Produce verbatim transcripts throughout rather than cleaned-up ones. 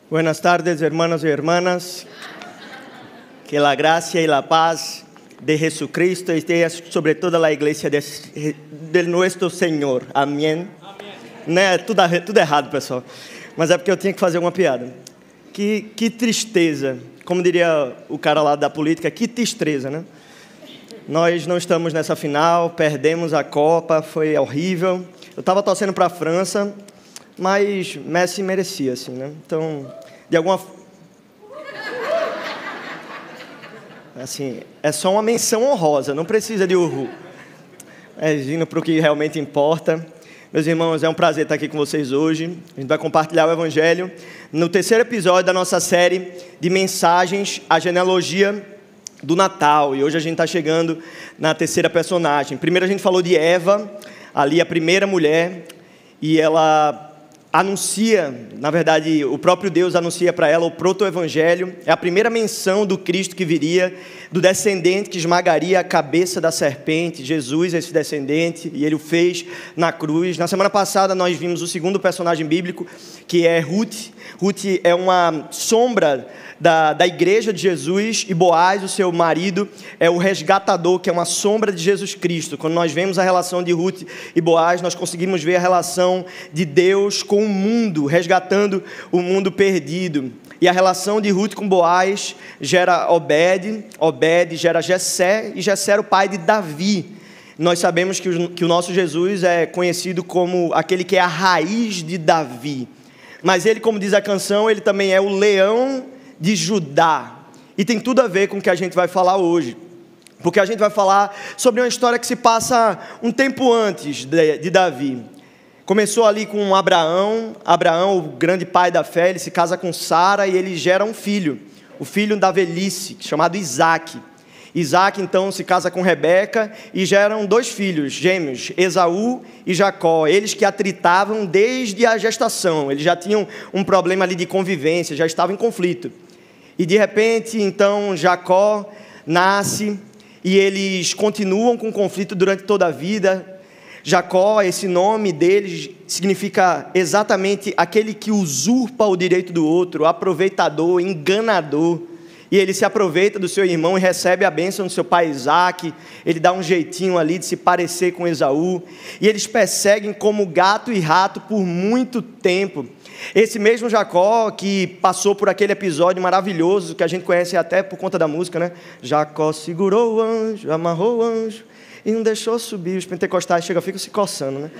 Buenas tardes, hermanos y hermanas. Que la gracia y la paz de Jesucristo esté sobre toda la iglesia de, de nuestro Senhor. Amém? Amém. Né? Tudo, tudo errado, pessoal. Mas é porque eu tinha que fazer uma piada. Que, que tristeza. Como diria o cara lá da política, que tristeza, né? Nós não estamos nessa final, perdemos a Copa, foi horrível. Eu estava torcendo para a França, mas Messi merecia, assim, né? Então, de alguma assim, é só uma menção honrosa, não precisa de urru. É indo para o que realmente importa. Meus irmãos, é um prazer estar aqui com vocês hoje. A gente vai compartilhar o Evangelho no terceiro episódio da nossa série de mensagens, a genealogia do Natal. E hoje a gente está chegando na terceira personagem. Primeiro a gente falou de Eva, ali a primeira mulher, e ela anuncia, na verdade, o próprio Deus anuncia para ela o proto-evangelho. É a primeira menção do Cristo que viria, do descendente que esmagaria a cabeça da serpente. Jesus é esse descendente, e ele o fez na cruz. Na semana passada nós vimos o segundo personagem bíblico, que é Ruth. Ruth é uma sombra da, da igreja de Jesus, e Boaz, o seu marido, é o resgatador, que é uma sombra de Jesus Cristo. Quando nós vemos a relação de Ruth e Boaz, nós conseguimos ver a relação de Deus com o mundo, resgatando o mundo perdido. E a relação de Ruth com Boaz gera Obed, Obed gera Jessé, e Jessé era o pai de Davi. Nós sabemos que o, que o nosso Jesus é conhecido como aquele que é a raiz de Davi. Mas ele, como diz a canção, ele também é o leão de Judá. E tem tudo a ver com o que a gente vai falar hoje. Porque a gente vai falar sobre uma história que se passa um tempo antes de, de Davi. Começou ali com Abraão. Abraão, o grande pai da fé, ele se casa com Sara e ele gera um filho. O filho da velhice, chamado Isaac. Isaac, então, se casa com Rebeca e geram dois filhos, gêmeos, Esaú e Jacó. Eles que atritavam desde a gestação. Eles já tinham um problema ali de convivência, já estavam em conflito. E, de repente, então, Jacó nasce e eles continuam com conflito durante toda a vida. Jacó, esse nome deles, significa exatamente aquele que usurpa o direito do outro, aproveitador, enganador. E ele se aproveita do seu irmão e recebe a bênção do seu pai Isaac. Ele dá um jeitinho ali de se parecer com Esaú. E eles perseguem como gato e rato por muito tempo. Esse mesmo Jacó que passou por aquele episódio maravilhoso, que a gente conhece até por conta da música, né? Jacó segurou o anjo, amarrou o anjo e não deixou subir. Os pentecostais chegam, ficam se coçando, né?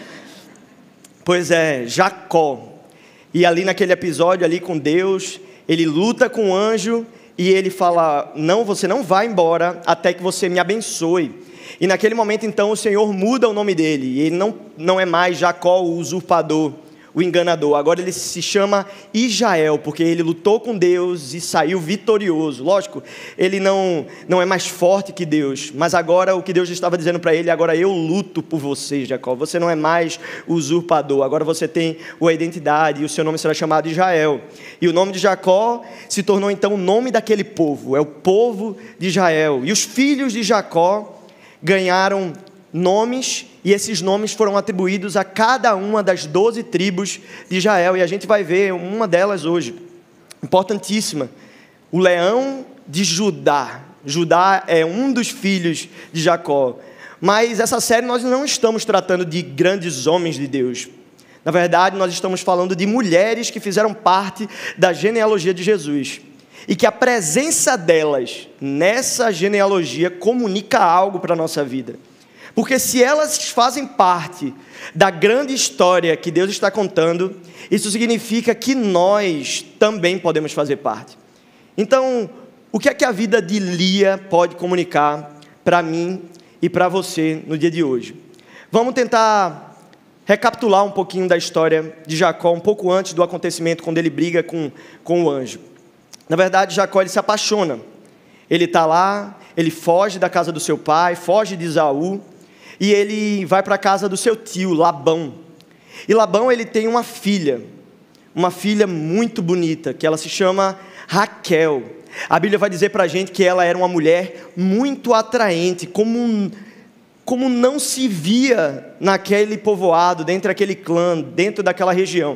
Pois é, Jacó. E ali naquele episódio ali com Deus, ele luta com o anjo. E ele fala, não, você não vai embora até que você me abençoe. E naquele momento, então, o Senhor muda o nome dele. E ele não, não é mais Jacó, o usurpador, o enganador. Agora ele se chama Israel, porque ele lutou com Deus e saiu vitorioso. Lógico, ele não, não é mais forte que Deus. Mas agora o que Deus estava dizendo para ele, agora eu luto por você, Jacó. Você não é mais usurpador. Agora você tem uma identidade e o seu nome será chamado Israel. E o nome de Jacó se tornou então o nome daquele povo. É o povo de Israel. E os filhos de Jacó ganharam nomes, e esses nomes foram atribuídos a cada uma das doze tribos de Israel, e a gente vai ver uma delas hoje, importantíssima, o leão de Judá. Judá é um dos filhos de Jacó, mas essa série nós não estamos tratando de grandes homens de Deus. Na verdade, nós estamos falando de mulheres que fizeram parte da genealogia de Jesus, e que a presença delas nessa genealogia comunica algo para a nossa vida. Porque se elas fazem parte da grande história que Deus está contando, isso significa que nós também podemos fazer parte. Então, o que é que a vida de Lia pode comunicar para mim e para você no dia de hoje? Vamos tentar recapitular um pouquinho da história de Jacó, um pouco antes do acontecimento, quando ele briga com, com o anjo. Na verdade, Jacó ele se apaixona. Ele está lá, ele foge da casa do seu pai, foge de Esaú, e ele vai para a casa do seu tio, Labão. E Labão ele tem uma filha, uma filha muito bonita, que ela se chama Raquel. A Bíblia vai dizer para a gente que ela era uma mulher muito atraente, como, como não se via naquele povoado, dentro daquele clã, dentro daquela região.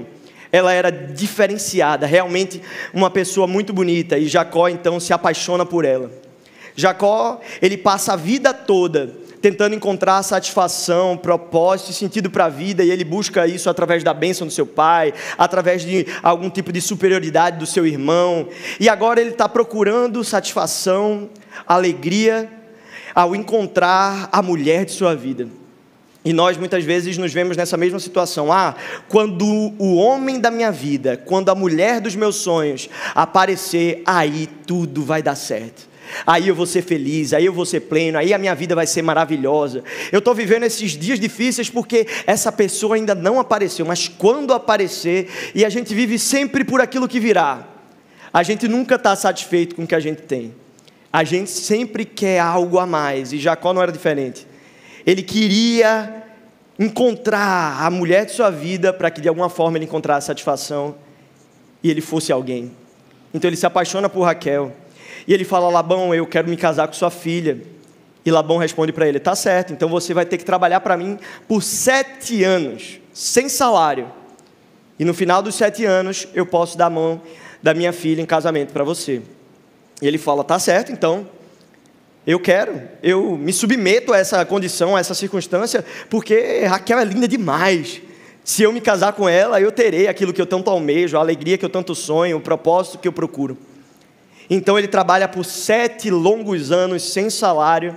ela era diferenciada, realmente uma pessoa muito bonita, e Jacó então se apaixona por ela. Jacó, ele passa a vida toda tentando encontrar satisfação, propósito e sentido para a vida, e ele busca isso através da bênção do seu pai, através de algum tipo de superioridade do seu irmão, e agora ele está procurando satisfação, alegria, ao encontrar a mulher de sua vida. E nós muitas vezes nos vemos nessa mesma situação. Ah, quando o homem da minha vida, quando a mulher dos meus sonhos aparecer, aí tudo vai dar certo. Aí eu vou ser feliz, aí eu vou ser pleno, aí a minha vida vai ser maravilhosa. Eu estou vivendo esses dias difíceis porque essa pessoa ainda não apareceu, mas quando aparecer, e a gente vive sempre por aquilo que virá, a gente nunca está satisfeito com o que a gente tem. A gente sempre quer algo a mais, e Jacó não era diferente. Ele queria encontrar a mulher de sua vida para que de alguma forma ele encontrasse satisfação e ele fosse alguém. Então ele se apaixona por Raquel. E ele fala: Labão, eu quero me casar com sua filha. E Labão responde para ele: tá certo, então você vai ter que trabalhar para mim por sete anos, sem salário. E no final dos sete anos, eu posso dar a mão da minha filha em casamento para você. E ele fala: tá certo, então, eu quero, eu me submeto a essa condição, a essa circunstância, porque Raquel é linda demais. Se eu me casar com ela, eu terei aquilo que eu tanto almejo, a alegria que eu tanto sonho, o propósito que eu procuro. Então ele trabalha por sete longos anos sem salário,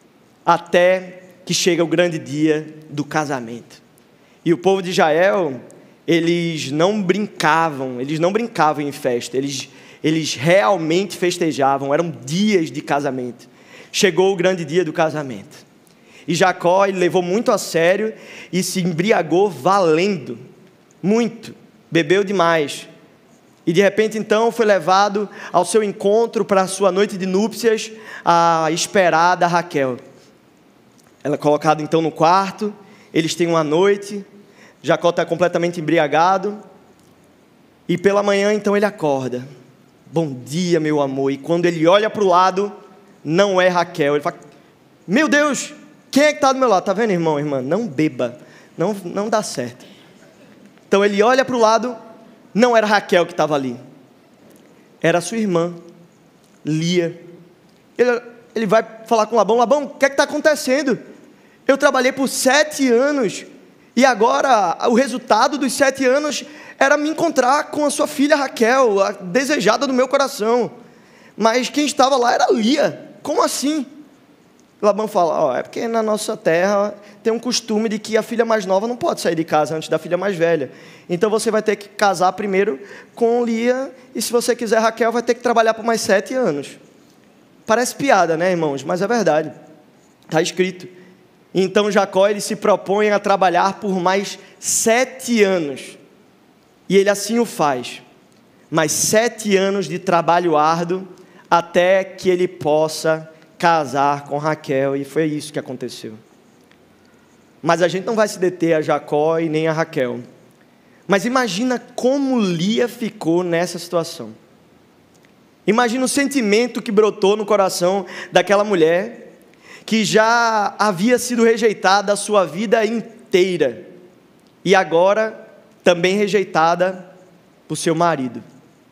até que chega o grande dia do casamento. E o povo de Israel, eles não brincavam, eles não brincavam em festa, eles, eles realmente festejavam, eram dias de casamento. Chegou o grande dia do casamento. E Jacó, ele levou muito a sério e se embriagou valendo, muito, bebeu demais. E de repente então foi levado ao seu encontro para a sua noite de núpcias, a esperada Raquel. Ela é colocada então no quarto, eles têm uma noite, Jacó está completamente embriagado, e pela manhã então ele acorda: bom dia, meu amor. E quando ele olha para o lado, não é Raquel. Ele fala: meu Deus, quem é que está do meu lado? Está vendo, irmão, irmã? Não beba, não, não dá certo. Então ele olha para o lado, não era Raquel que estava ali, era a sua irmã, Lia. Ele, ele vai falar com Labão: Labão, o que é que está acontecendo? Eu trabalhei por sete anos, e agora o resultado dos sete anos era me encontrar com a sua filha Raquel, a desejada do meu coração. Mas quem estava lá era Lia. Como assim? Labão fala: ó, é porque na nossa terra tem um costume de que a filha mais nova não pode sair de casa antes da filha mais velha. Então você vai ter que casar primeiro com Lia, e se você quiser Raquel, vai ter que trabalhar por mais sete anos. Parece piada, né, irmãos? Mas é verdade. Está escrito. Então Jacó, ele se propõe a trabalhar por mais sete anos. E ele assim o faz. Mais sete anos de trabalho árduo, até que ele possa casar com Raquel, e foi isso que aconteceu. Mas a gente não vai se deter a Jacó e nem a Raquel. Mas imagina como Lia ficou nessa situação. Imagina o sentimento que brotou no coração daquela mulher, que já havia sido rejeitada a sua vida inteira, e agora também rejeitada por seu marido.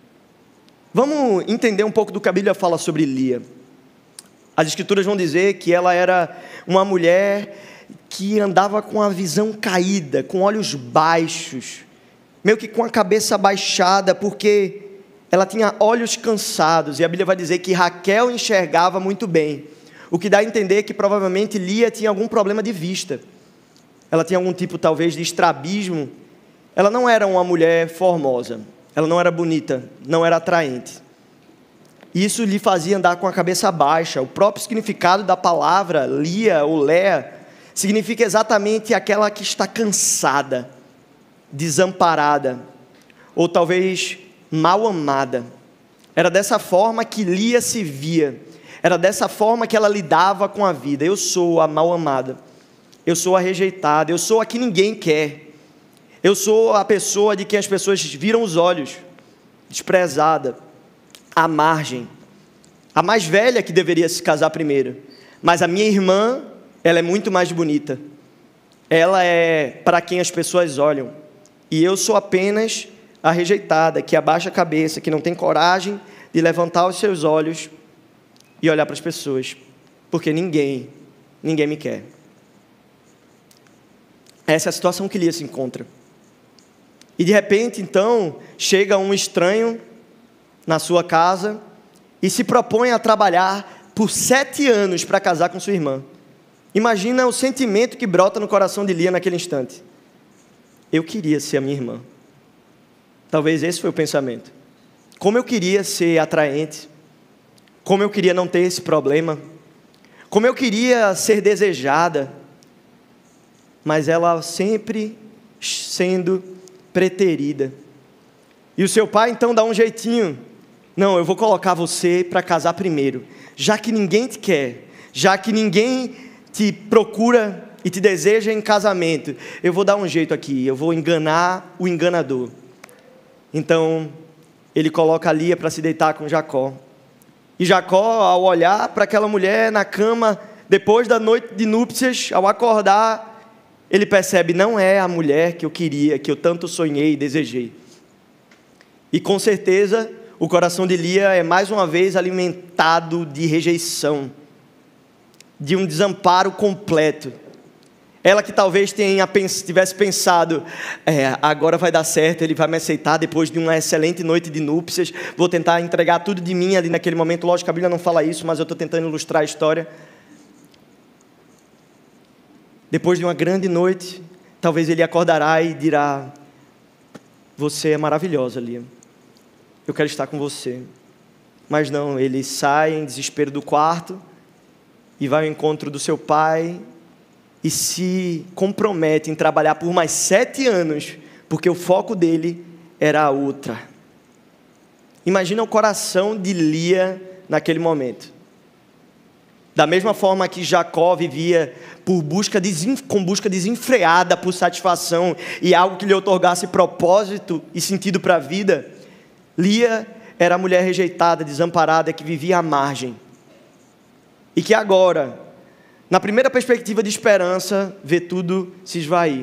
Vamos entender um pouco do que a Bíblia fala sobre Lia. As Escrituras vão dizer que ela era uma mulher que andava com a visão caída, com olhos baixos, meio que com a cabeça baixada, porque ela tinha olhos cansados, e a Bíblia vai dizer que Raquel enxergava muito bem, o que dá a entender que provavelmente Lia tinha algum problema de vista. Ela tinha algum tipo talvez de estrabismo. Ela não era uma mulher formosa, ela não era bonita, não era atraente. Isso lhe fazia andar com a cabeça baixa. O próprio significado da palavra Lia ou Léa significa exatamente aquela que está cansada, desamparada, ou talvez mal amada. Era dessa forma que Lia se via, era dessa forma que ela lidava com a vida. Eu sou a mal amada, eu sou a rejeitada, eu sou a que ninguém quer, eu sou a pessoa de quem as pessoas viram os olhos, desprezada, à margem, a mais velha que deveria se casar primeiro. Mas a minha irmã, ela é muito mais bonita, ela é para quem as pessoas olham, e eu sou apenas a rejeitada, que abaixa a cabeça, que não tem coragem de levantar os seus olhos e olhar para as pessoas, porque ninguém, ninguém me quer. Essa é a situação que Lia se encontra. E de repente, então, chega um estranho na sua casa e se propõe a trabalhar por sete anos para casar com sua irmã. Imagina o sentimento que brota no coração de Lia naquele instante. Eu queria ser a minha irmã. Talvez esse foi o pensamento. Como eu queria ser atraente. Como eu queria não ter esse problema. Como eu queria ser desejada. Mas ela sempre sendo preterida. E o seu pai então dá um jeitinho. Não, eu vou colocar você para casar primeiro. Já que ninguém te quer. Já que ninguém te procura e te deseja em casamento, eu vou dar um jeito aqui. Eu vou enganar o enganador. Então, ele coloca Lia para se deitar com Jacó. E Jacó, ao olhar para aquela mulher na cama, depois da noite de núpcias, ao acordar, ele percebe, não é a mulher que eu queria, que eu tanto sonhei e desejei. E com certeza, o coração de Lia é mais uma vez alimentado de rejeição, de um desamparo completo. Ela que talvez tenha, tivesse pensado, é, agora vai dar certo, ele vai me aceitar depois de uma excelente noite de núpcias, vou tentar entregar tudo de mim ali naquele momento. Lógico que a Bíblia não fala isso, mas eu estou tentando ilustrar a história. Depois de uma grande noite, talvez ele acordará e dirá, você é maravilhosa, Lia, eu quero estar com você. Mas não, ele sai em desespero do quarto e vai ao encontro do seu pai e se compromete em trabalhar por mais sete anos, porque o foco dele era a outra. Imagina o coração de Lia naquele momento. Da mesma forma que Jacó vivia por busca desin... com busca desenfreada por satisfação e algo que lhe otorgasse propósito e sentido para a vida, Lia era a mulher rejeitada, desamparada, que vivia à margem. E que agora, na primeira perspectiva de esperança, vê tudo se esvair.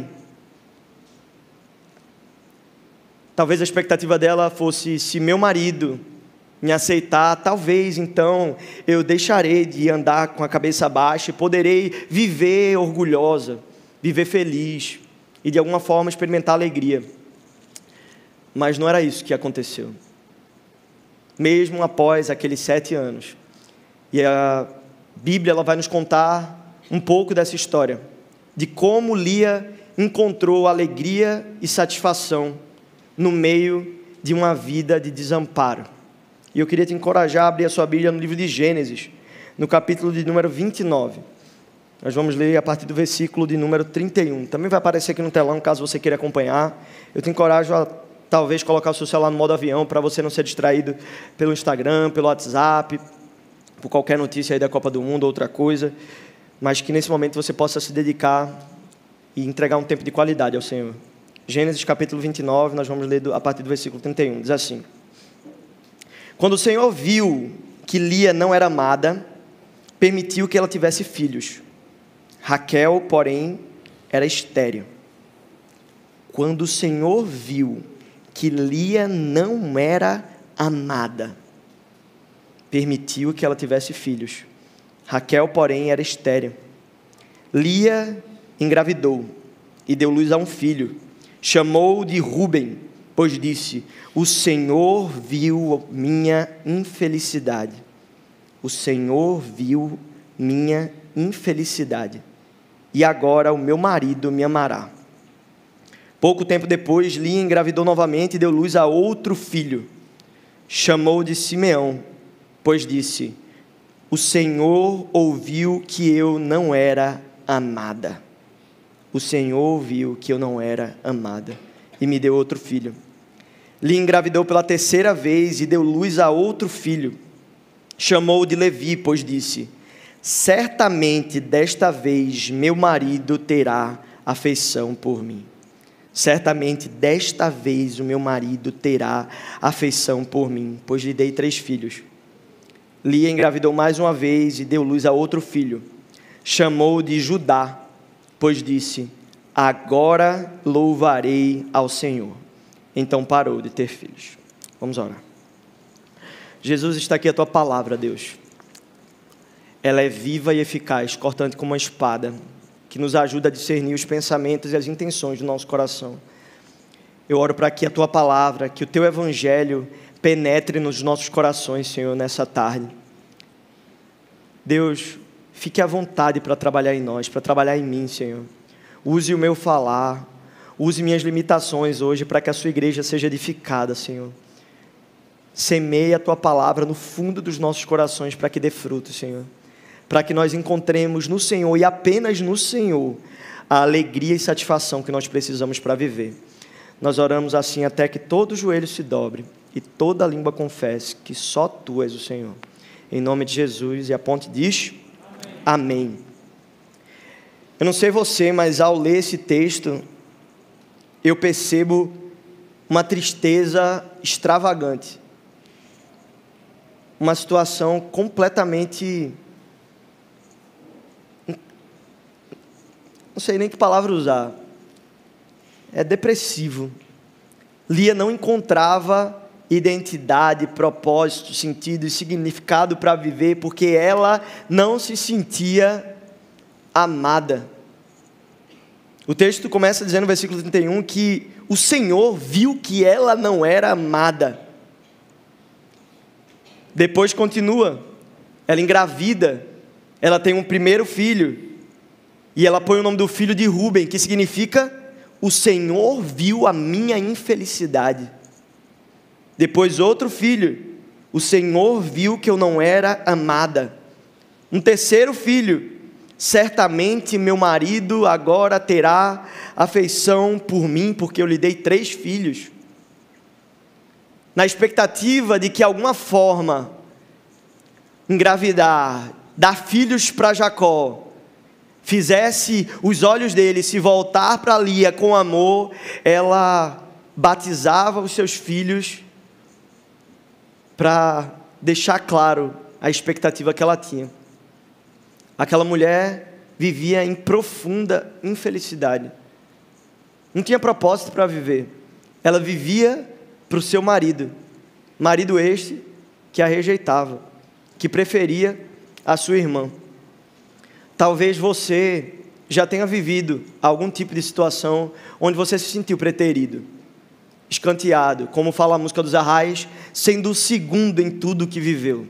Talvez a expectativa dela fosse, se meu marido me aceitar, talvez então eu deixarei de andar com a cabeça baixa e poderei viver orgulhosa, viver feliz e de alguma forma experimentar alegria. Mas não era isso que aconteceu. Mesmo após aqueles sete anos. E a Bíblia ela vai nos contar um pouco dessa história, de como Lia encontrou alegria e satisfação no meio de uma vida de desamparo. E eu queria te encorajar a abrir a sua Bíblia no livro de Gênesis, no capítulo de número vinte e nove. Nós vamos ler a partir do versículo de número trinta e um. Também vai aparecer aqui no telão, caso você queira acompanhar. Eu te encorajo a talvez colocar o seu celular no modo avião, para você não ser distraído pelo Instagram, pelo WhatsApp, por qualquer notícia aí da Copa do Mundo, outra coisa, mas que nesse momento você possa se dedicar e entregar um tempo de qualidade ao Senhor. Gênesis capítulo vinte e nove, nós vamos ler a partir do versículo trinta e um, diz assim: Quando o Senhor viu que Lia não era amada, permitiu que ela tivesse filhos. Raquel, porém, era estéril. Quando o Senhor viu que Lia não era amada, permitiu que ela tivesse filhos. Raquel, porém, era estéril. Lia engravidou e deu luz a um filho. Chamou-o de Ruben, pois disse, o Senhor viu minha infelicidade. O Senhor viu minha infelicidade. E agora o meu marido me amará. Pouco tempo depois, Lia engravidou novamente e deu luz a outro filho. Chamou-o de Simeão, pois disse, o Senhor ouviu que eu não era amada. O Senhor ouviu que eu não era amada e me deu outro filho. Lia engravidou pela terceira vez e deu luz a outro filho. Chamou-o de Levi, pois disse, certamente desta vez meu marido terá afeição por mim. Certamente desta vez o meu marido terá afeição por mim, pois lhe dei três filhos. Lia engravidou mais uma vez e deu luz a outro filho. Chamou-o de Judá, pois disse, agora louvarei ao Senhor. então parou de ter filhos. Vamos orar. Jesus, está aqui a tua palavra, Deus. Ela é viva e eficaz, cortante como uma espada, que nos ajuda a discernir os pensamentos e as intenções do nosso coração. Eu oro para que a tua palavra, que o teu evangelho penetre nos nossos corações, Senhor, nessa tarde. Deus, fique à vontade para trabalhar em nós, para trabalhar em mim, Senhor. Use o meu falar, use minhas limitações hoje para que a sua igreja seja edificada, Senhor. Semeie a tua palavra no fundo dos nossos corações para que dê fruto, Senhor. Para que nós encontremos no Senhor e apenas no Senhor a alegria e satisfação que nós precisamos para viver. Nós oramos assim até que todo joelho se dobre e toda língua confesse que só Tu és o Senhor. Em nome de Jesus, e a ponte diz, amém. Amém. Eu não sei você, mas ao ler esse texto, eu percebo uma tristeza extravagante. Uma situação completamente... não sei nem que palavra usar. É depressivo. Lia não encontrava identidade, propósito, sentido e significado para viver, porque ela não se sentia amada. O texto começa dizendo no versículo trinta e um que o Senhor viu que ela não era amada. Depois continua, ela engravida, ela tem um primeiro filho, e ela põe o nome do filho de Rúben, que significa, o Senhor viu a minha infelicidade. Depois outro filho, o Senhor viu que eu não era amada. Um terceiro filho, certamente meu marido agora terá afeição por mim, porque eu lhe dei três filhos. Na expectativa de que, de alguma forma, engravidar, dar filhos para Jacó, fizesse os olhos dele se voltar para Lia com amor, ela batizava os seus filhos para deixar claro a expectativa que ela tinha. Aquela mulher vivia em profunda infelicidade. Não tinha propósito para viver. Ela vivia para o seu marido. Marido este que a rejeitava, que preferia a sua irmã. Talvez você já tenha vivido algum tipo de situação onde você se sentiu preterido, escanteado, como fala a música dos Arraias, sendo o segundo em tudo que viveu.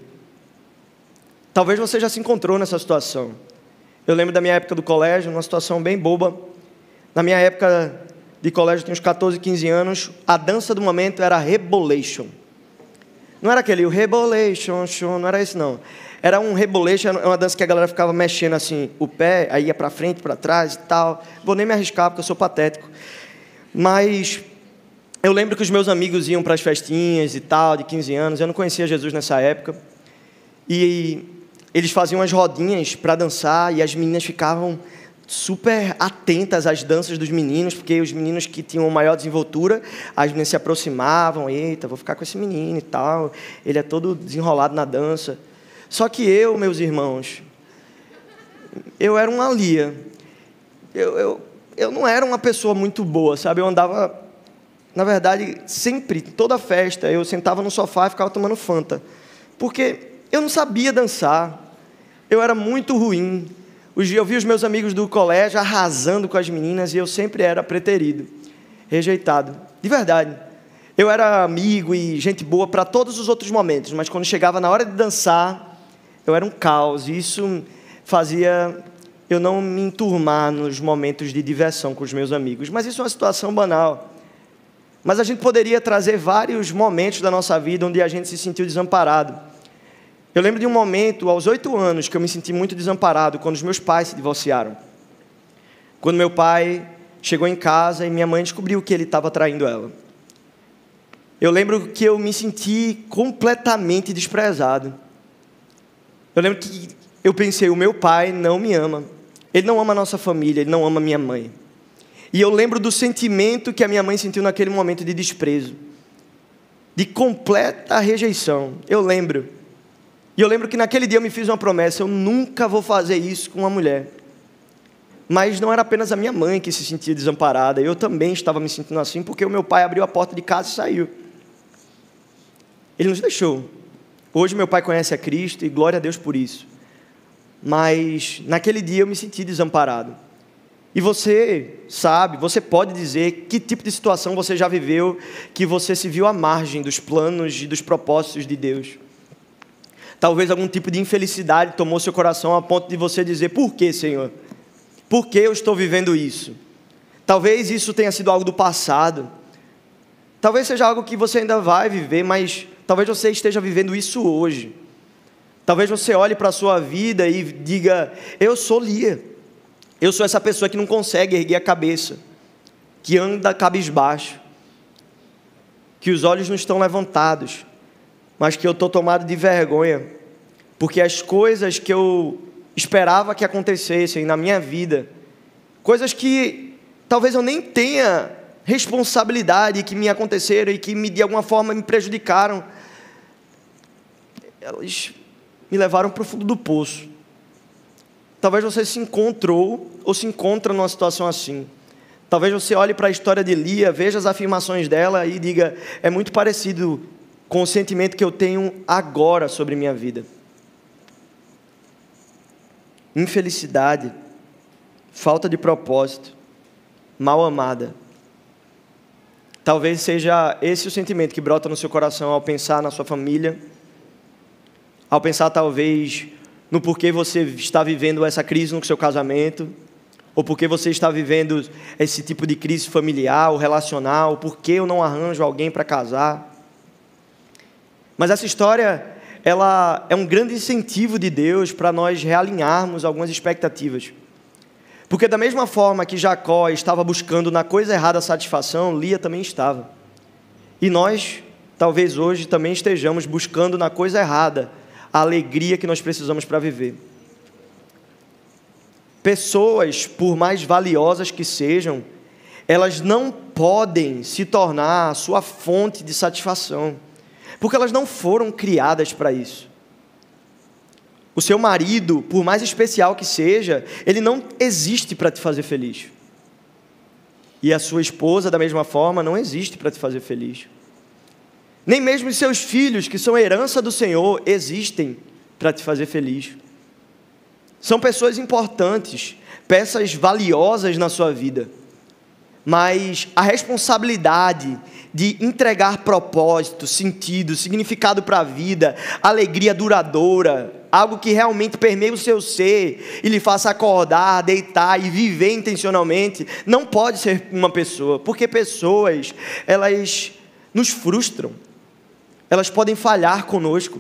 Talvez você já se encontrou nessa situação. Eu lembro da minha época do colégio, uma situação bem boba. Na minha época de colégio, eu tinha uns catorze, quinze anos, a dança do momento era Rebolation. Não era aquele, o Rebolation, não era isso não. Era um Rebolation, é uma dança que a galera ficava mexendo assim, o pé, aí ia para frente, para trás e tal. Vou nem me arriscar, porque eu sou patético. Mas eu lembro que os meus amigos iam para as festinhas e tal, de quinze anos. Eu não conhecia Jesus nessa época. E eles faziam as rodinhas para dançar e as meninas ficavam super atentas às danças dos meninos, porque os meninos que tinham maior desenvoltura, as meninas se aproximavam, eita, vou ficar com esse menino e tal, ele é todo desenrolado na dança. Só que eu, meus irmãos, eu era uma Lia. Eu, eu, eu não era uma pessoa muito boa, sabe? Eu andava, na verdade, sempre, toda festa, eu sentava no sofá e ficava tomando Fanta. Porque eu não sabia dançar. Eu era muito ruim. Eu vi os meus amigos do colégio arrasando com as meninas e eu sempre era preterido, rejeitado. De verdade. Eu era amigo e gente boa para todos os outros momentos, mas quando chegava na hora de dançar, eu era um caos, e isso fazia eu não me enturmar nos momentos de diversão com os meus amigos. Mas isso é uma situação banal. Mas a gente poderia trazer vários momentos da nossa vida onde a gente se sentiu desamparado. Eu lembro de um momento, aos oito anos, que eu me senti muito desamparado, quando os meus pais se divorciaram. Quando meu pai chegou em casa e minha mãe descobriu que ele estava traindo ela. Eu lembro que eu me senti completamente desprezado. Eu lembro que eu pensei, o meu pai não me ama. Ele não ama a nossa família, ele não ama a minha mãe. E eu lembro do sentimento que a minha mãe sentiu naquele momento de desprezo, de completa rejeição. Eu lembro. E eu lembro que naquele dia eu me fiz uma promessa, eu nunca vou fazer isso com uma mulher. Mas não era apenas a minha mãe que se sentia desamparada, eu também estava me sentindo assim, porque o meu pai abriu a porta de casa e saiu. Ele nos deixou. Hoje meu pai conhece a Cristo e glória a Deus por isso. Mas naquele dia eu me senti desamparado. E você sabe, você pode dizer que tipo de situação você já viveu, que você se viu à margem dos planos e dos propósitos de Deus. Talvez algum tipo de infelicidade tomou seu coração a ponto de você dizer: por que, Senhor? Por que eu estou vivendo isso? Talvez isso tenha sido algo do passado. Talvez seja algo que você ainda vai viver, mas talvez você esteja vivendo isso hoje. Talvez você olhe para a sua vida e diga: eu sou Lia. Eu sou essa pessoa que não consegue erguer a cabeça, que anda cabisbaixo, que os olhos não estão levantados, mas que eu estou tomado de vergonha, porque as coisas que eu esperava que acontecessem na minha vida, coisas que talvez eu nem tenha responsabilidade, que me aconteceram e que me, de alguma forma me prejudicaram, elas me levaram para o fundo do poço. Talvez você se encontrou ou se encontra numa situação assim. Talvez você olhe para a história de Lia, veja as afirmações dela e diga: é muito parecido com o sentimento que eu tenho agora sobre minha vida. Infelicidade, falta de propósito, mal amada. Talvez seja esse o sentimento que brota no seu coração ao pensar na sua família, ao pensar talvez no porquê você está vivendo essa crise no seu casamento, ou porque você está vivendo esse tipo de crise familiar ou relacional, porque eu não arranjo alguém para casar. Mas essa história, ela é um grande incentivo de Deus para nós realinharmos algumas expectativas. Porque da mesma forma que Jacó estava buscando na coisa errada a satisfação, Lia também estava. E nós, talvez hoje, também estejamos buscando na coisa errada a alegria que nós precisamos para viver. Pessoas, por mais valiosas que sejam, elas não podem se tornar a sua fonte de satisfação, porque elas não foram criadas para isso. O seu marido, por mais especial que seja, ele não existe para te fazer feliz. E a sua esposa, da mesma forma, não existe para te fazer feliz. Nem mesmo os seus filhos, que são herança do Senhor, existem para te fazer feliz. São pessoas importantes, peças valiosas na sua vida. Mas a responsabilidade de entregar propósito, sentido, significado para a vida, alegria duradoura, algo que realmente permeie o seu ser e lhe faça acordar, deitar e viver intencionalmente, não pode ser uma pessoa, porque pessoas, elas nos frustram. Elas podem falhar conosco.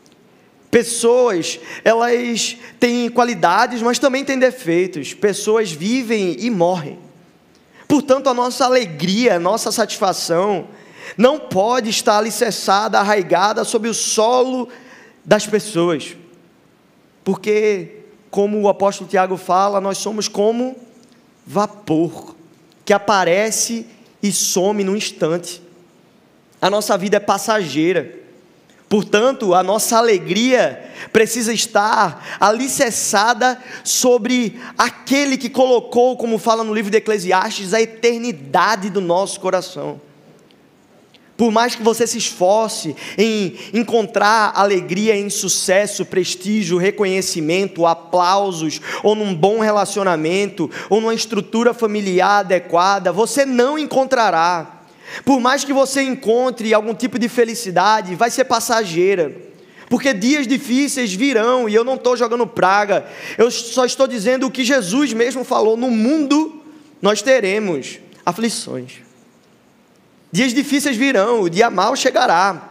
Pessoas, elas têm qualidades, mas também têm defeitos. Pessoas vivem e morrem. Portanto, a nossa alegria, a nossa satisfação, não pode estar alicerçada, arraigada sob o solo das pessoas. Porque, como o apóstolo Tiago fala, nós somos como vapor, que aparece e some num instante. A nossa vida é passageira. Portanto, a nossa alegria precisa estar alicerçada sobre aquele que colocou, como fala no livro de Eclesiastes, a eternidade do nosso coração. Por mais que você se esforce em encontrar alegria em sucesso, prestígio, reconhecimento, aplausos, ou num bom relacionamento, ou numa estrutura familiar adequada, você não encontrará. Por mais que você encontre algum tipo de felicidade, vai ser passageira, porque dias difíceis virão, e eu não estou jogando praga, eu só estou dizendo o que Jesus mesmo falou: no mundo nós teremos aflições, dias difíceis virão, o dia mau chegará.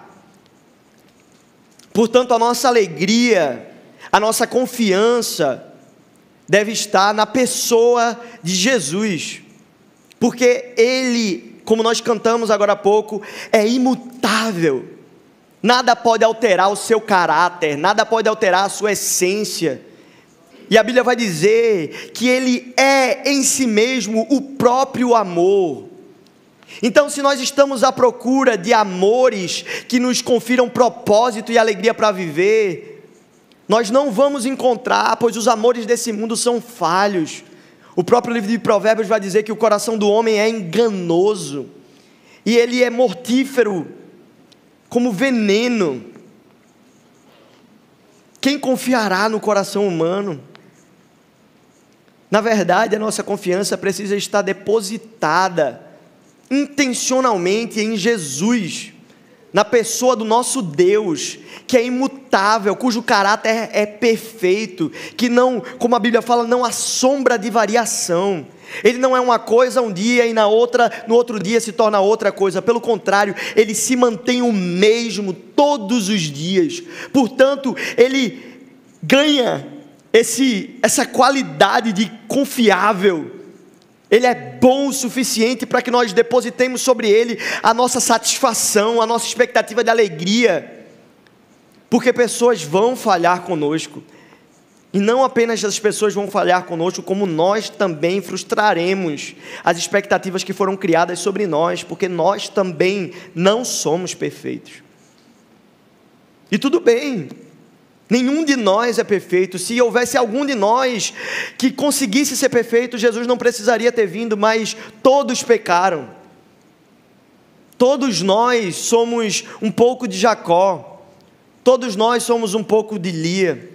Portanto, a nossa alegria, a nossa confiança deve estar na pessoa de Jesus, porque Ele, como nós cantamos agora há pouco, é imutável. Nada pode alterar o seu caráter, nada pode alterar a sua essência. E a Bíblia vai dizer que Ele é em si mesmo o próprio amor. Então, se nós estamos à procura de amores que nos confiram propósito e alegria para viver, nós não vamos encontrar, pois os amores desse mundo são falhos. O próprio livro de Provérbios vai dizer que o coração do homem é enganoso, e ele é mortífero, como veneno. Quem confiará no coração humano? Na verdade, a nossa confiança precisa estar depositada intencionalmente em Jesus, na pessoa do nosso Deus, que é imutável, cujo caráter é perfeito, que não, como a Bíblia fala, não há sombra de variação. Ele não é uma coisa um dia e na outra, no outro dia se torna outra coisa. Pelo contrário, ele se mantém o mesmo todos os dias. Portanto, ele ganha esse, essa qualidade de confiável. Ele é bom o suficiente para que nós depositemos sobre ele a nossa satisfação, a nossa expectativa de alegria, porque pessoas vão falhar conosco, e não apenas as pessoas vão falhar conosco, como nós também frustraremos as expectativas que foram criadas sobre nós, porque nós também não somos perfeitos, e tudo bem. Nenhum de nós é perfeito. Se houvesse algum de nós que conseguisse ser perfeito, Jesus não precisaria ter vindo, mas todos pecaram. Todos nós somos um pouco de Jacó. Todos nós somos um pouco de Lia.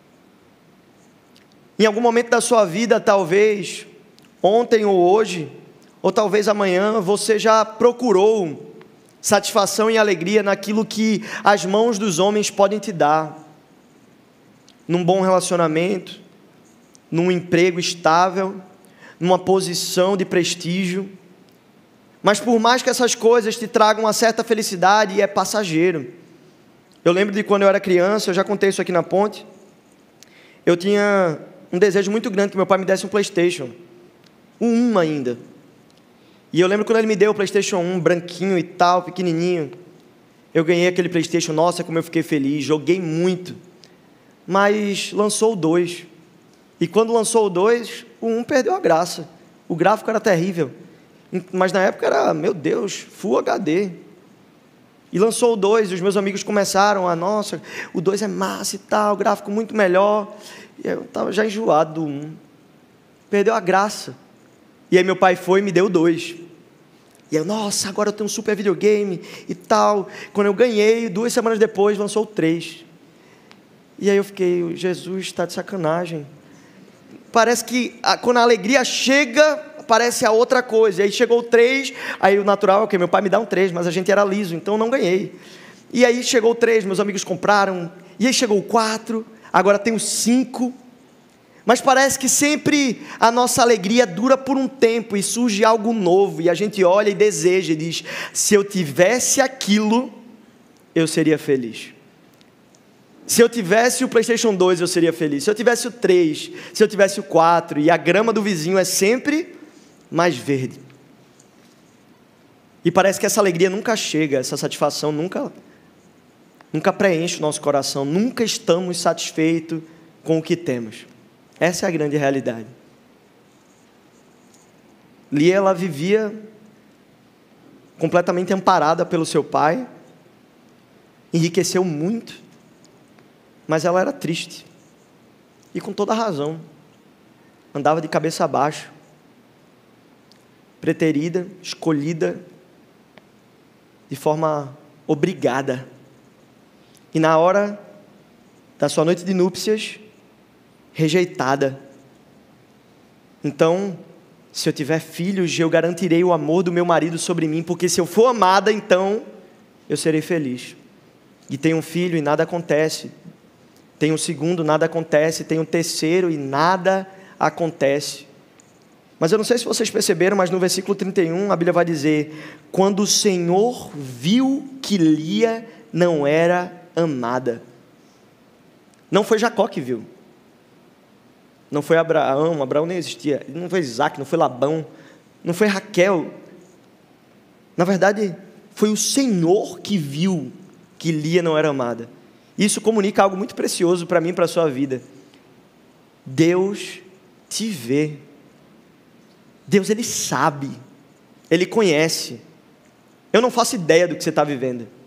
Em algum momento da sua vida, talvez, ontem ou hoje, ou talvez amanhã, você já procurou satisfação e alegria naquilo que as mãos dos homens podem te dar. Num bom relacionamento, num emprego estável, numa posição de prestígio. Mas por mais que essas coisas te tragam uma certa felicidade, é passageiro. Eu lembro de quando eu era criança, eu já contei isso aqui na ponte, eu tinha um desejo muito grande que meu pai me desse um PlayStation, o um ainda. E eu lembro quando ele me deu o PlayStation um, branquinho e tal, pequenininho, eu ganhei aquele PlayStation, nossa, como eu fiquei feliz, joguei muito. Mas lançou o dois, e quando lançou o dois, o um perdeu a graça, o gráfico era terrível, mas na época era, meu Deus, Full H D, e lançou o dois, e os meus amigos começaram a, nossa, o dois é massa e tal, gráfico muito melhor, e eu estava já enjoado do um, perdeu a graça, e aí meu pai foi e me deu o dois, e eu, nossa, agora eu tenho um super videogame e tal, quando eu ganhei, duas semanas depois lançou o três, e aí eu fiquei, Jesus, está de sacanagem. Parece que a, quando a alegria chega, parece a outra coisa. E aí chegou o três, aí o natural é o quê? Meu pai me dá um três, mas a gente era liso, então não ganhei. E aí chegou o três, meus amigos compraram. E aí chegou o quatro, agora tem o cinco. Mas parece que sempre a nossa alegria dura por um tempo e surge algo novo. E a gente olha e deseja e diz, se eu tivesse aquilo, eu seria feliz. Se eu tivesse o PlayStation dois, eu seria feliz. Se eu tivesse o três, se eu tivesse o quatro, e a grama do vizinho é sempre mais verde. E parece que essa alegria nunca chega, essa satisfação nunca, nunca preenche o nosso coração, nunca estamos satisfeitos com o que temos. Essa é a grande realidade. Lia, ela vivia completamente amparada pelo seu pai, enriqueceu muito, mas ela era triste, e com toda razão, andava de cabeça abaixo, preterida, escolhida, de forma obrigada, e na hora da sua noite de núpcias, rejeitada. Então, se eu tiver filhos, eu garantirei o amor do meu marido sobre mim, porque se eu for amada, então, eu serei feliz. E tem um filho e nada acontece, tem um segundo, nada acontece, tem um terceiro e nada acontece. Mas eu não sei se vocês perceberam, mas no versículo trinta e um, a Bíblia vai dizer, quando o Senhor viu que Lia não era amada. Não foi Jacó que viu. Não foi Abraão, Abraão nem existia. Não foi Isaac, não foi Labão, não foi Raquel. Na verdade, foi o Senhor que viu que Lia não era amada. Isso comunica algo muito precioso para mim e para a sua vida. Deus te vê. Deus, Ele sabe. Ele conhece. Eu não faço ideia do que você está vivendo.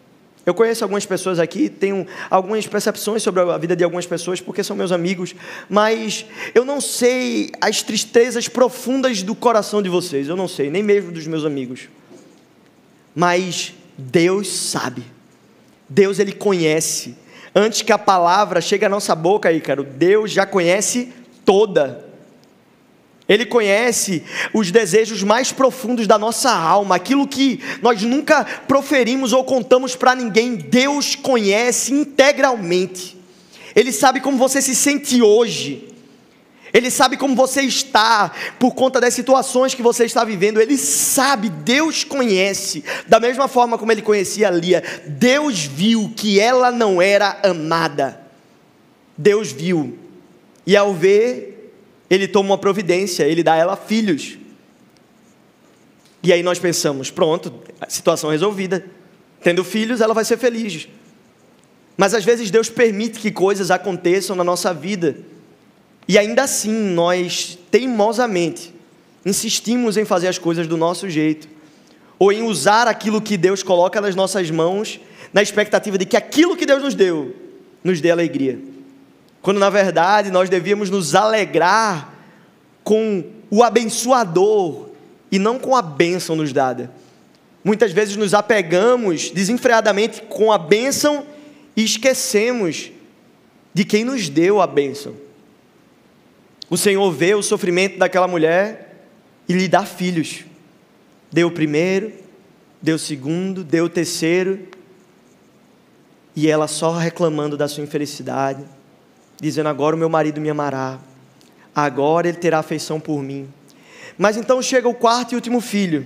Eu conheço algumas pessoas aqui, tenho algumas percepções sobre a vida de algumas pessoas, porque são meus amigos, mas eu não sei as tristezas profundas do coração de vocês, eu não sei, nem mesmo dos meus amigos. Mas Deus sabe, Deus Ele conhece. Antes que a palavra chegue à nossa boca, Ícaro, Deus já conhece toda. Ele conhece os desejos mais profundos da nossa alma, aquilo que nós nunca proferimos ou contamos para ninguém, Deus conhece integralmente. Ele sabe como você se sente hoje, Ele sabe como você está, por conta das situações que você está vivendo, Ele sabe, Deus conhece, da mesma forma como Ele conhecia a Lia. Deus viu que ela não era amada, Deus viu, e ao ver, Ele toma uma providência, Ele dá a ela filhos. E aí nós pensamos, pronto, situação resolvida. Tendo filhos, ela vai ser feliz. Mas às vezes Deus permite que coisas aconteçam na nossa vida. E ainda assim, nós teimosamente insistimos em fazer as coisas do nosso jeito. Ou em usar aquilo que Deus coloca nas nossas mãos, na expectativa de que aquilo que Deus nos deu, nos dê alegria. Quando na verdade nós devíamos nos alegrar com o abençoador e não com a bênção nos dada. Muitas vezes nos apegamos desenfreadamente com a bênção e esquecemos de quem nos deu a bênção. O Senhor vê o sofrimento daquela mulher e lhe dá filhos. Deu o primeiro, deu o segundo, deu o terceiro, e ela só reclamando da sua infelicidade, dizendo, agora o meu marido me amará, agora ele terá afeição por mim. Mas então chega o quarto e último filho.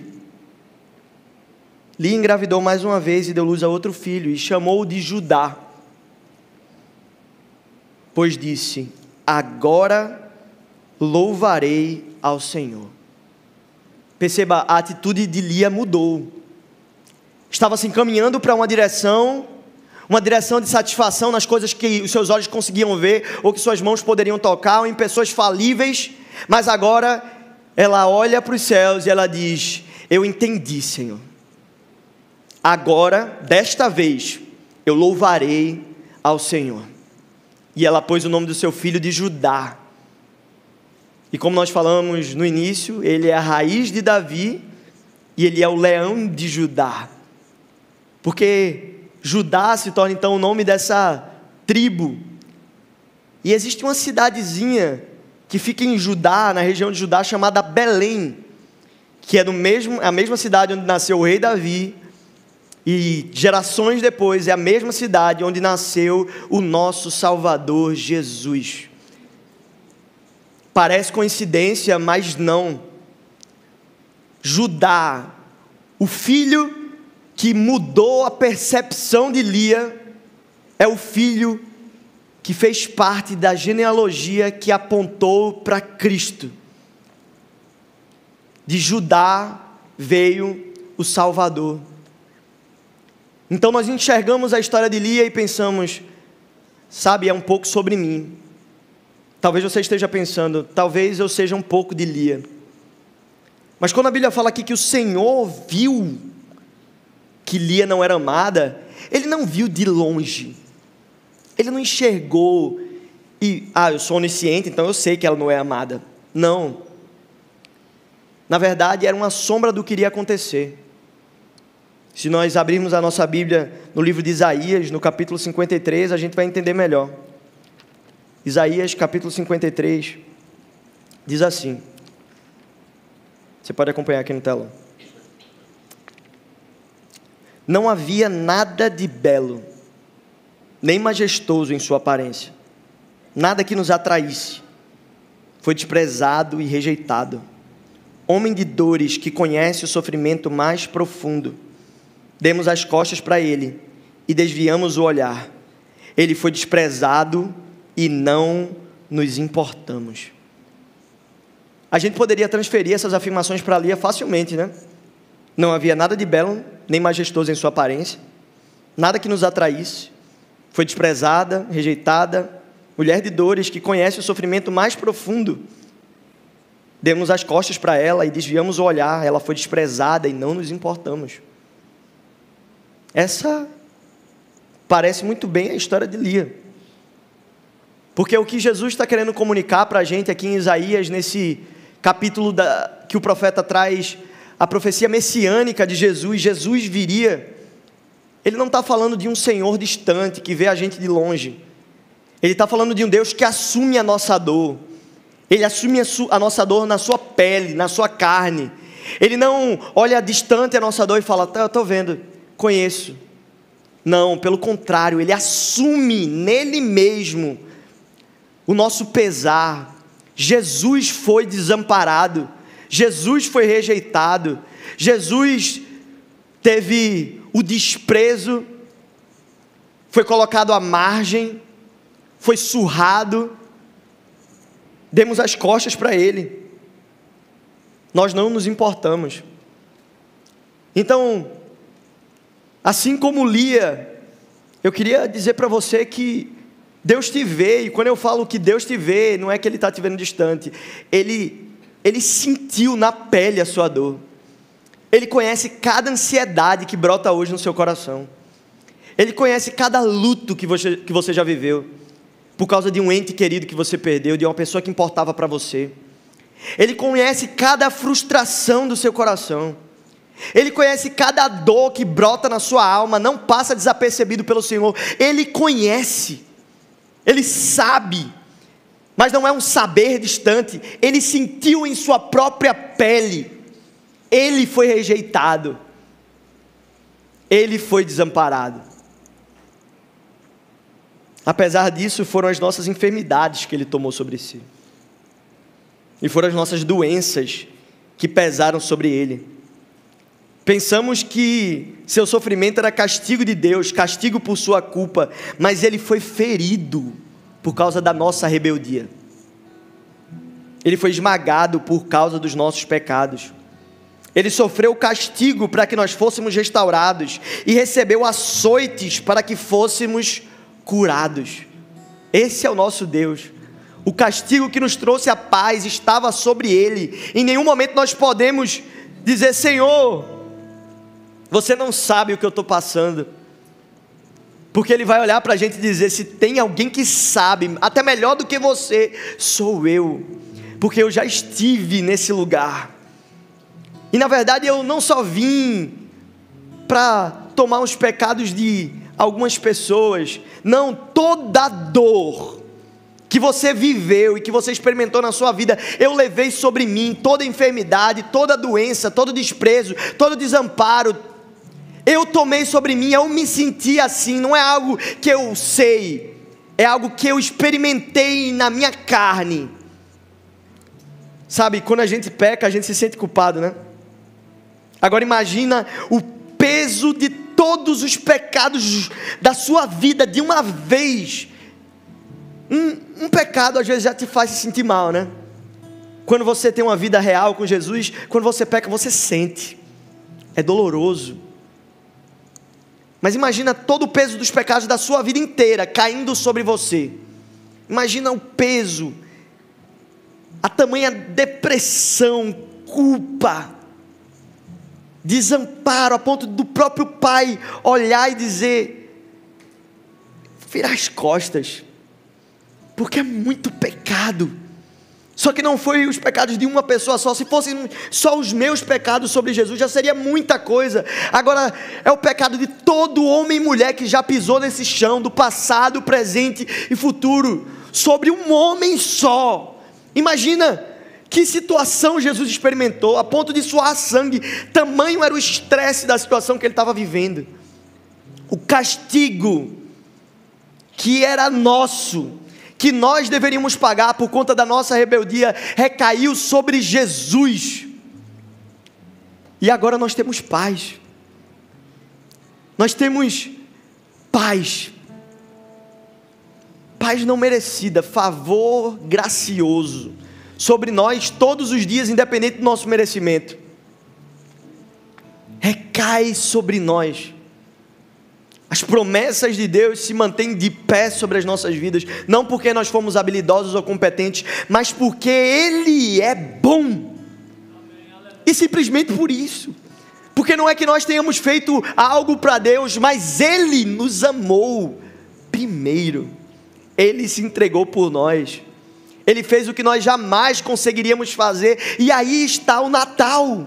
Lia engravidou mais uma vez e deu luz a outro filho, e chamou-o de Judá, pois disse, agora louvarei ao Senhor. Perceba, a atitude de Lia mudou. Estava se encaminhando para uma direção, uma direção de satisfação nas coisas que os seus olhos conseguiam ver, ou que suas mãos poderiam tocar, ou em pessoas falíveis, mas agora ela olha para os céus e ela diz, eu entendi, Senhor, agora, desta vez, eu louvarei ao Senhor. E ela pôs o nome do seu filho de Judá, e como nós falamos no início, ele é a raiz de Davi, e ele é o leão de Judá, porque Judá se torna então o nome dessa tribo. E existe uma cidadezinha que fica em Judá, na região de Judá, chamada Belém, que é no mesmo, a mesma cidade onde nasceu o rei Davi, e gerações depois é a mesma cidade onde nasceu o nosso Salvador Jesus. Parece coincidência, mas não. Judá, o filho que mudou a percepção de Lia, é o filho que fez parte da genealogia que apontou para Cristo. De Judá veio o Salvador. Então nós enxergamos a história de Lia e pensamos, sabe, é um pouco sobre mim. Talvez você esteja pensando, talvez eu seja um pouco de Lia. Mas quando a Bíblia fala aqui que o Senhor viu que Lia não era amada, Ele não viu de longe, Ele não enxergou e, ah, eu sou onisciente, então eu sei que ela não é amada. Não, na verdade era uma sombra do que iria acontecer. Se nós abrirmos a nossa Bíblia no livro de Isaías, no capítulo cinquenta e três, a gente vai entender melhor. Isaías capítulo cinquenta e três, diz assim, você pode acompanhar aqui no telão. Não havia nada de belo, nem majestoso em sua aparência, nada que nos atraísse. Foi desprezado e rejeitado, homem de dores que conhece o sofrimento mais profundo. Demos as costas para ele e desviamos o olhar. Ele foi desprezado e não nos importamos. A gente poderia transferir essas afirmações para Lia facilmente, né? Não havia nada de belo, nem majestoso em sua aparência, nada que nos atraísse. Foi desprezada, rejeitada, mulher de dores que conhece o sofrimento mais profundo. Demos as costas para ela e desviamos o olhar. Ela foi desprezada e não nos importamos. Essa parece muito bem a história de Lia. Porque o que Jesus está querendo comunicar para a gente aqui em Isaías, nesse capítulo da, que o profeta traz a profecia messiânica de Jesus, Jesus viria, ele não está falando de um Senhor distante, que vê a gente de longe. Ele está falando de um Deus que assume a nossa dor. Ele assume a, su, a nossa dor na sua pele, na sua carne. Ele não olha distante a nossa dor e fala, tá, eu estou vendo, conheço. Não, pelo contrário, ele assume nele mesmo o nosso pesar. Jesus foi desamparado, Jesus foi rejeitado, Jesus teve o desprezo, foi colocado à margem, foi surrado, demos as costas para ele, nós não nos importamos. Então, assim como Lia, eu queria dizer para você que Deus te vê, e quando eu falo que Deus te vê, não é que Ele está te vendo distante, Ele, Ele sentiu na pele a sua dor, Ele conhece cada ansiedade que brota hoje no seu coração, Ele conhece cada luto que você, que você já viveu, por causa de um ente querido que você perdeu, de uma pessoa que importava para você, Ele conhece cada frustração do seu coração, Ele conhece cada dor que brota na sua alma, não passa desapercebido pelo Senhor, Ele conhece, Ele sabe, mas não é um saber distante, Ele sentiu em sua própria pele, Ele foi rejeitado, Ele foi desamparado. Apesar disso, foram as nossas enfermidades que Ele tomou sobre si, e foram as nossas doenças que pesaram sobre Ele. Pensamos que seu sofrimento era castigo de Deus, castigo por sua culpa, mas Ele foi ferido por causa da nossa rebeldia. Ele foi esmagado por causa dos nossos pecados. Ele sofreu castigo para que nós fôssemos restaurados e recebeu açoites para que fôssemos curados. Esse é o nosso Deus. O castigo que nos trouxe a paz estava sobre Ele. Em nenhum momento nós podemos dizer, Senhor, você não sabe o que eu estou passando, porque Ele vai olhar para a gente e dizer, se tem alguém que sabe, até melhor do que você, sou eu, porque eu já estive nesse lugar, e na verdade eu não só vim para tomar os pecados de algumas pessoas, não, toda dor que você viveu e que você experimentou na sua vida, eu levei sobre mim, toda enfermidade, toda doença, todo desprezo, todo desamparo, eu tomei sobre mim, eu me senti assim, não é algo que eu sei, é algo que eu experimentei na minha carne. Sabe, quando a gente peca, a gente se sente culpado, né? Agora imagina o peso de todos os pecados da sua vida de uma vez. Um, um pecado às vezes já te faz se sentir mal, né? Quando você tem uma vida real com Jesus, quando você peca, você sente, é doloroso. Mas imagina todo o peso dos pecados da sua vida inteira caindo sobre você. Imagina o peso, a tamanha depressão, culpa, desamparo, a ponto do próprio pai olhar e dizer, virar as costas, porque é muito pecado. Só que não foi os pecados de uma pessoa só. Se fossem só os meus pecados sobre Jesus, já seria muita coisa. Agora é o pecado de todo homem e mulher que já pisou nesse chão, do passado, presente e futuro, sobre um homem só. Imagina que situação Jesus experimentou, a ponto de suar sangue. Tamanho era o estresse da situação que ele estava vivendo. O castigo que era nosso, que nós deveríamos pagar por conta da nossa rebeldia, recaiu sobre Jesus. E agora nós temos paz. Nós temos paz. Paz não merecida, favor gracioso sobre nós todos os dias, independente do nosso merecimento. Recai sobre nós. As promessas de Deus se mantêm de pé sobre as nossas vidas, não porque nós fomos habilidosos ou competentes, mas porque Ele é bom, e simplesmente por isso. Porque não é que nós tenhamos feito algo para Deus, mas Ele nos amou primeiro. Ele se entregou por nós. Ele fez o que nós jamais conseguiríamos fazer. E aí está o Natal.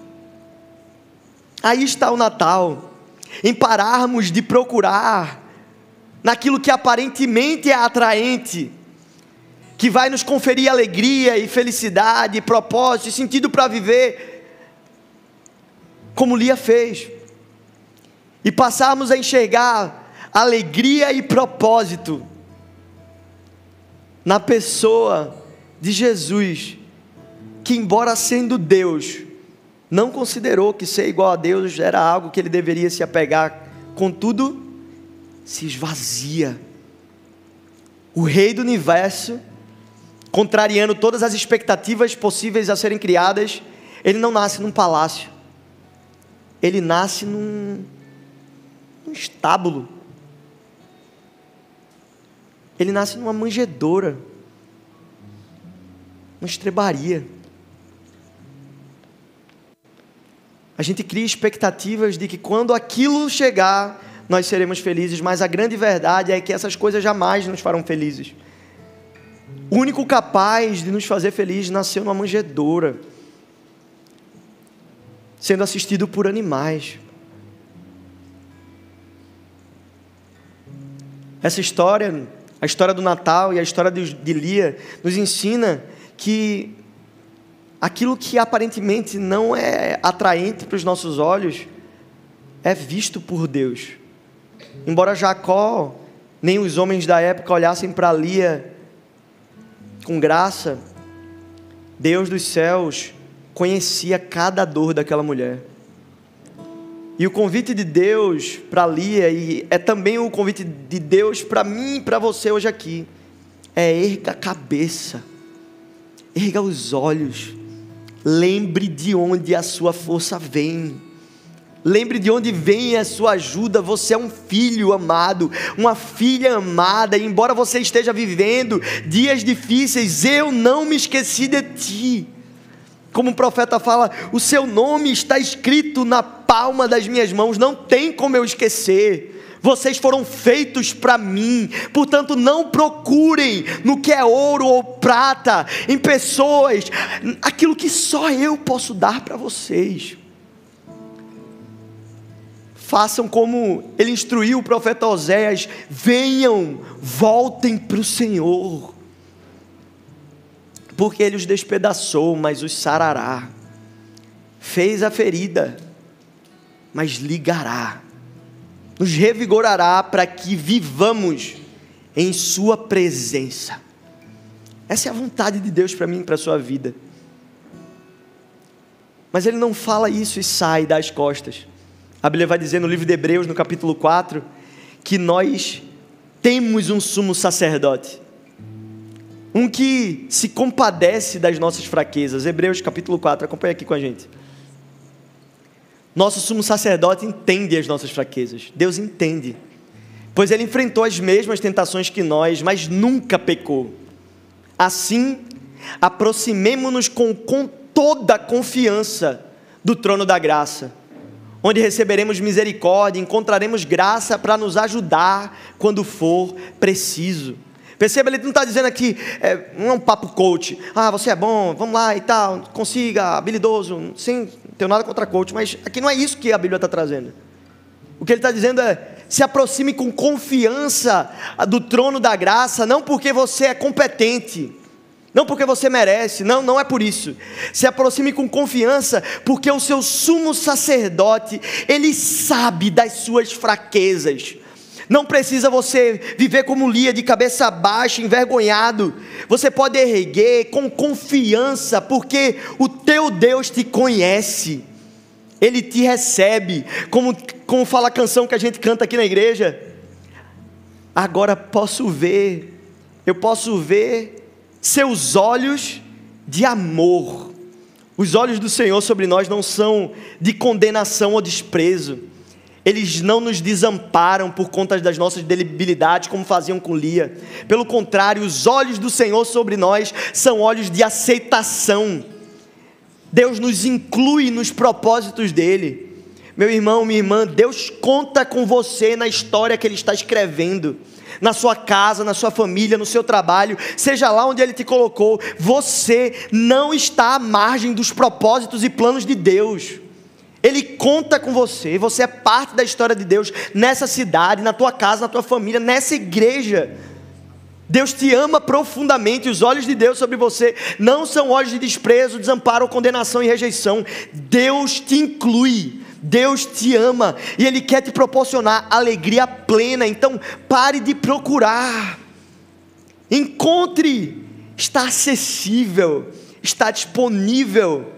Aí está o Natal. Em pararmos de procurar naquilo que aparentemente é atraente, que vai nos conferir alegria e felicidade, propósito e sentido para viver, como Lia fez, e passarmos a enxergar alegria e propósito na pessoa de Jesus, que embora sendo Deus, não considerou que ser igual a Deus era algo que ele deveria se apegar, contudo, se esvazia. O Rei do Universo, contrariando todas as expectativas possíveis a serem criadas, ele não nasce num palácio, ele nasce num, num estábulo, ele nasce numa manjedoura, uma estrebaria. A gente cria expectativas de que quando aquilo chegar, nós seremos felizes, mas a grande verdade é que essas coisas jamais nos farão felizes. O único capaz de nos fazer felizes nasceu numa manjedoura, sendo assistido por animais. Essa história, a história do Natal e a história de, de Lia, nos ensina que aquilo que aparentemente não é atraente para os nossos olhos, é visto por Deus. Embora Jacó, nem os homens da época olhassem para Lia com graça, Deus dos céus conhecia cada dor daquela mulher. E o convite de Deus para Lia, e é também o convite de Deus para mim e para você hoje aqui, é: erga a cabeça, erga os olhos, lembre de onde a sua força vem, lembre de onde vem a sua ajuda. Você é um filho amado, uma filha amada, e embora você esteja vivendo dias difíceis, eu não me esqueci de ti. Como o profeta fala, o seu nome está escrito na palma das minhas mãos, não tem como eu esquecer. Vocês foram feitos para mim, portanto não procurem no que é ouro ou prata, em pessoas, aquilo que só eu posso dar para vocês. Façam como ele instruiu o profeta Oséias: venham, voltem para o Senhor, porque ele os despedaçou, mas os sarará, fez a ferida, mas ligará, nos revigorará para que vivamos em sua presença. Essa é a vontade de Deus para mim e para a sua vida. Mas ele não fala isso e sai das costas. A Bíblia vai dizer no livro de Hebreus, no capítulo quatro, que nós temos um sumo sacerdote, um que se compadece das nossas fraquezas. Hebreus capítulo quatro, acompanha aqui com a gente. Nosso sumo sacerdote entende as nossas fraquezas. Deus entende, pois ele enfrentou as mesmas tentações que nós, mas nunca pecou. Assim, aproximemo-nos com, com toda a confiança do trono da graça, onde receberemos misericórdia, encontraremos graça para nos ajudar quando for preciso. Perceba, ele não está dizendo aqui, é, não é um papo coach, ah, você é bom, vamos lá e tal, consiga, habilidoso, sim, não tenho nada contra coach, mas aqui não é isso que a Bíblia está trazendo. O que ele está dizendo é: se aproxime com confiança do trono da graça, não porque você é competente, não porque você merece, não, não é por isso. Se aproxime com confiança, porque o seu sumo sacerdote, ele sabe das suas fraquezas. Não precisa você viver como Lia, de cabeça baixa, envergonhado. Você pode erguer com confiança, porque o teu Deus te conhece. Ele te recebe, como, como fala a canção que a gente canta aqui na igreja. Agora posso ver, eu posso ver seus olhos de amor. Os olhos do Senhor sobre nós não são de condenação ou desprezo. Eles não nos desamparam por conta das nossas debilidades, como faziam com Lia. Pelo contrário, os olhos do Senhor sobre nós são olhos de aceitação. Deus nos inclui nos propósitos dEle. Meu irmão, minha irmã, Deus conta com você na história que Ele está escrevendo. Na sua casa, na sua família, no seu trabalho, seja lá onde Ele te colocou, você não está à margem dos propósitos e planos de Deus. Ele conta com você, você é parte da história de Deus nessa cidade, na tua casa, na tua família, nessa igreja. Deus te ama profundamente, os olhos de Deus sobre você não são olhos de desprezo, desamparo, condenação e rejeição. Deus te inclui, Deus te ama e Ele quer te proporcionar alegria plena. Então pare de procurar, encontre, está acessível, está disponível.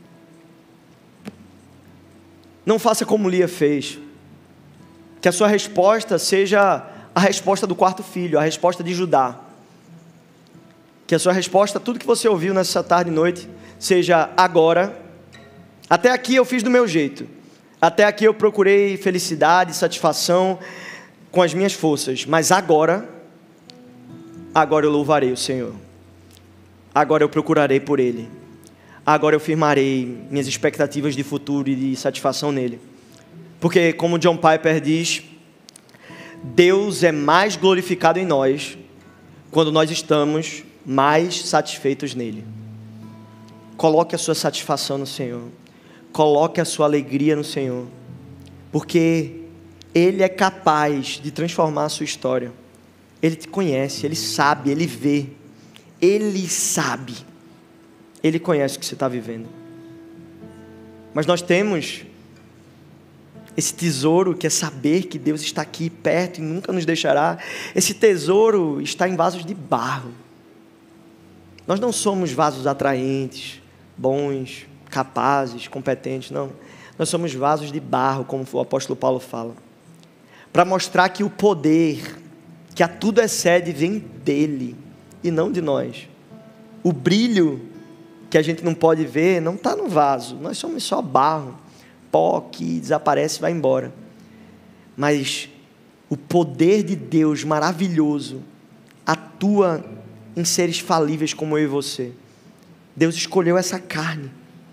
Não faça como Lia fez, que a sua resposta seja a resposta do quarto filho, a resposta de Judá. Que a sua resposta, tudo que você ouviu nessa tarde e noite, seja agora. Até aqui eu fiz do meu jeito, até aqui eu procurei felicidade, satisfação com as minhas forças, mas agora, agora eu louvarei o Senhor, agora eu procurarei por Ele, agora eu firmarei minhas expectativas de futuro e de satisfação nele. Porque, como John Piper diz, Deus é mais glorificado em nós quando nós estamos mais satisfeitos nele. Coloque a sua satisfação no Senhor, coloque a sua alegria no Senhor, porque Ele é capaz de transformar a sua história. Ele te conhece, Ele sabe, Ele vê, Ele sabe, Ele conhece o que você está vivendo. Mas nós temos esse tesouro que é saber que Deus está aqui perto e nunca nos deixará. Esse tesouro está em vasos de barro. Nós não somos vasos atraentes, bons, capazes, competentes, não. Nós somos vasos de barro, como o apóstolo Paulo fala, para mostrar que o poder, que a tudo excede, vem dele e não de nós. O brilho que a gente não pode ver não está no vaso, nós somos só barro, pó que desaparece e vai embora. Mas o poder de Deus maravilhoso atua em seres falíveis como eu e você. Deus escolheu essa carne.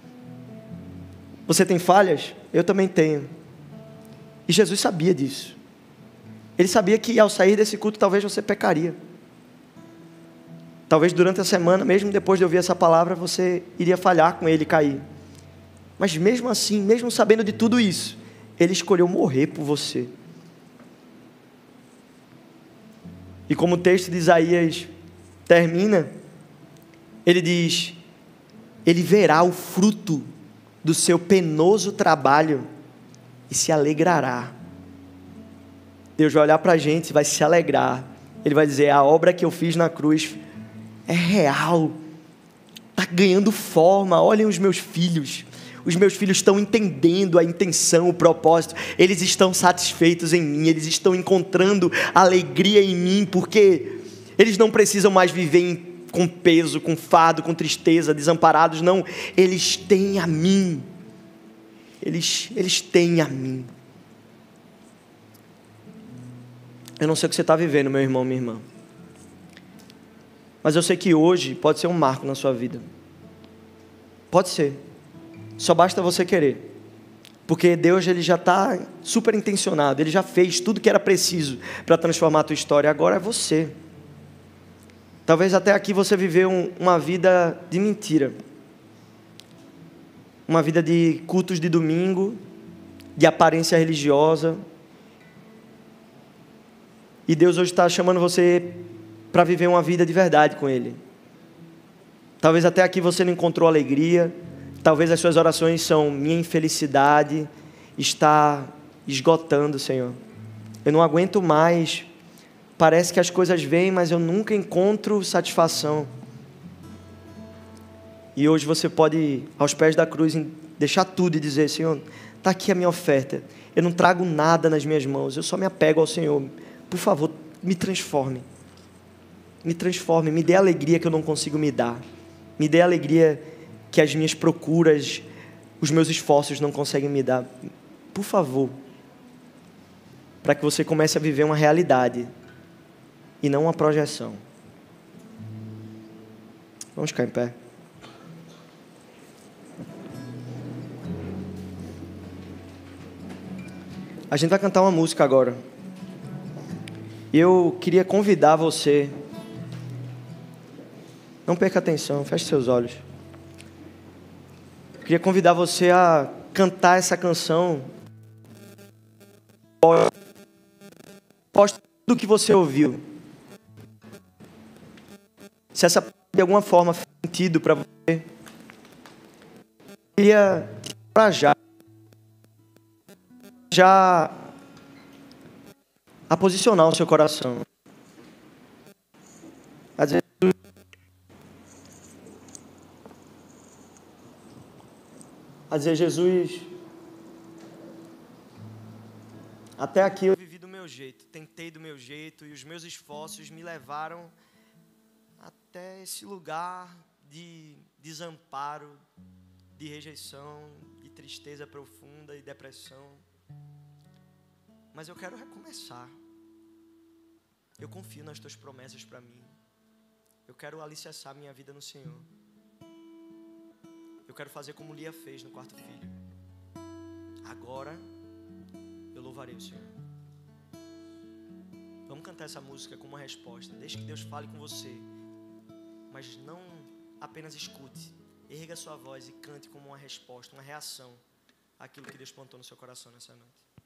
Você tem falhas? Eu também tenho. E Jesus sabia disso. Ele sabia que ao sair desse culto talvez você pecaria. Talvez durante a semana, mesmo depois de ouvir essa palavra, você iria falhar com ele e cair. Mas mesmo assim, mesmo sabendo de tudo isso, Ele escolheu morrer por você. E como o texto de Isaías termina, ele diz: Ele verá o fruto do seu penoso trabalho e se alegrará. Deus vai olhar para a gente e vai se alegrar. Ele vai dizer: a obra que eu fiz na cruz é real, está ganhando forma. Olhem os meus filhos. Os meus filhos estão entendendo a intenção, o propósito. Eles estão satisfeitos em mim. Eles estão encontrando alegria em mim, porque eles não precisam mais viver em, com peso, com fardo, com tristeza, desamparados. Não, eles têm a mim. Eles, eles têm a mim. Eu não sei o que você está vivendo, meu irmão, minha irmã, mas eu sei que hoje pode ser um marco na sua vida. Pode ser. Só basta você querer, porque Deus ele já está super intencionado, Ele já fez tudo que era preciso para transformar a tua história. Agora é você. Talvez até aqui você viveu um, uma vida de mentira, uma vida de cultos de domingo, de aparência religiosa, e Deus hoje está chamando você para viver uma vida de verdade com Ele. Talvez até aqui você não encontrou alegria. Talvez as suas orações são: minha infelicidade está esgotando, Senhor. Eu não aguento mais. Parece que as coisas vêm, mas eu nunca encontro satisfação. E hoje você pode ir aos pés da cruz, deixar tudo e dizer: Senhor, está aqui a minha oferta. Eu não trago nada nas minhas mãos, eu só me apego ao Senhor. Por favor, me transforme. Me transforme, me dê a alegria que eu não consigo me dar. Me dê a alegria que as minhas procuras, os meus esforços não conseguem me dar. Por favor. Para que você comece a viver uma realidade e não uma projeção. Vamos ficar em pé. A gente vai cantar uma música agora. E eu queria convidar você. Não perca atenção, feche seus olhos. Eu queria convidar você a cantar essa canção. Posta tudo que você ouviu. Se essa de alguma forma fez sentido para você, eu queria te encorajar já a posicionar o seu coração. A dizer, a dizer, Jesus, até aqui eu vivi do meu jeito, tentei do meu jeito e os meus esforços me levaram até esse lugar de desamparo, de rejeição, de tristeza profunda e depressão. Mas eu quero recomeçar. Eu confio nas tuas promessas para mim. Eu quero alicerçar minha vida no Senhor. Eu quero fazer como Lia fez no quarto filho. Agora eu louvarei o Senhor. Vamos cantar essa música como uma resposta. Deixe que Deus fale com você. Mas não apenas escute. Erga sua voz e cante como uma resposta, uma reação àquilo que Deus plantou no seu coração nessa noite.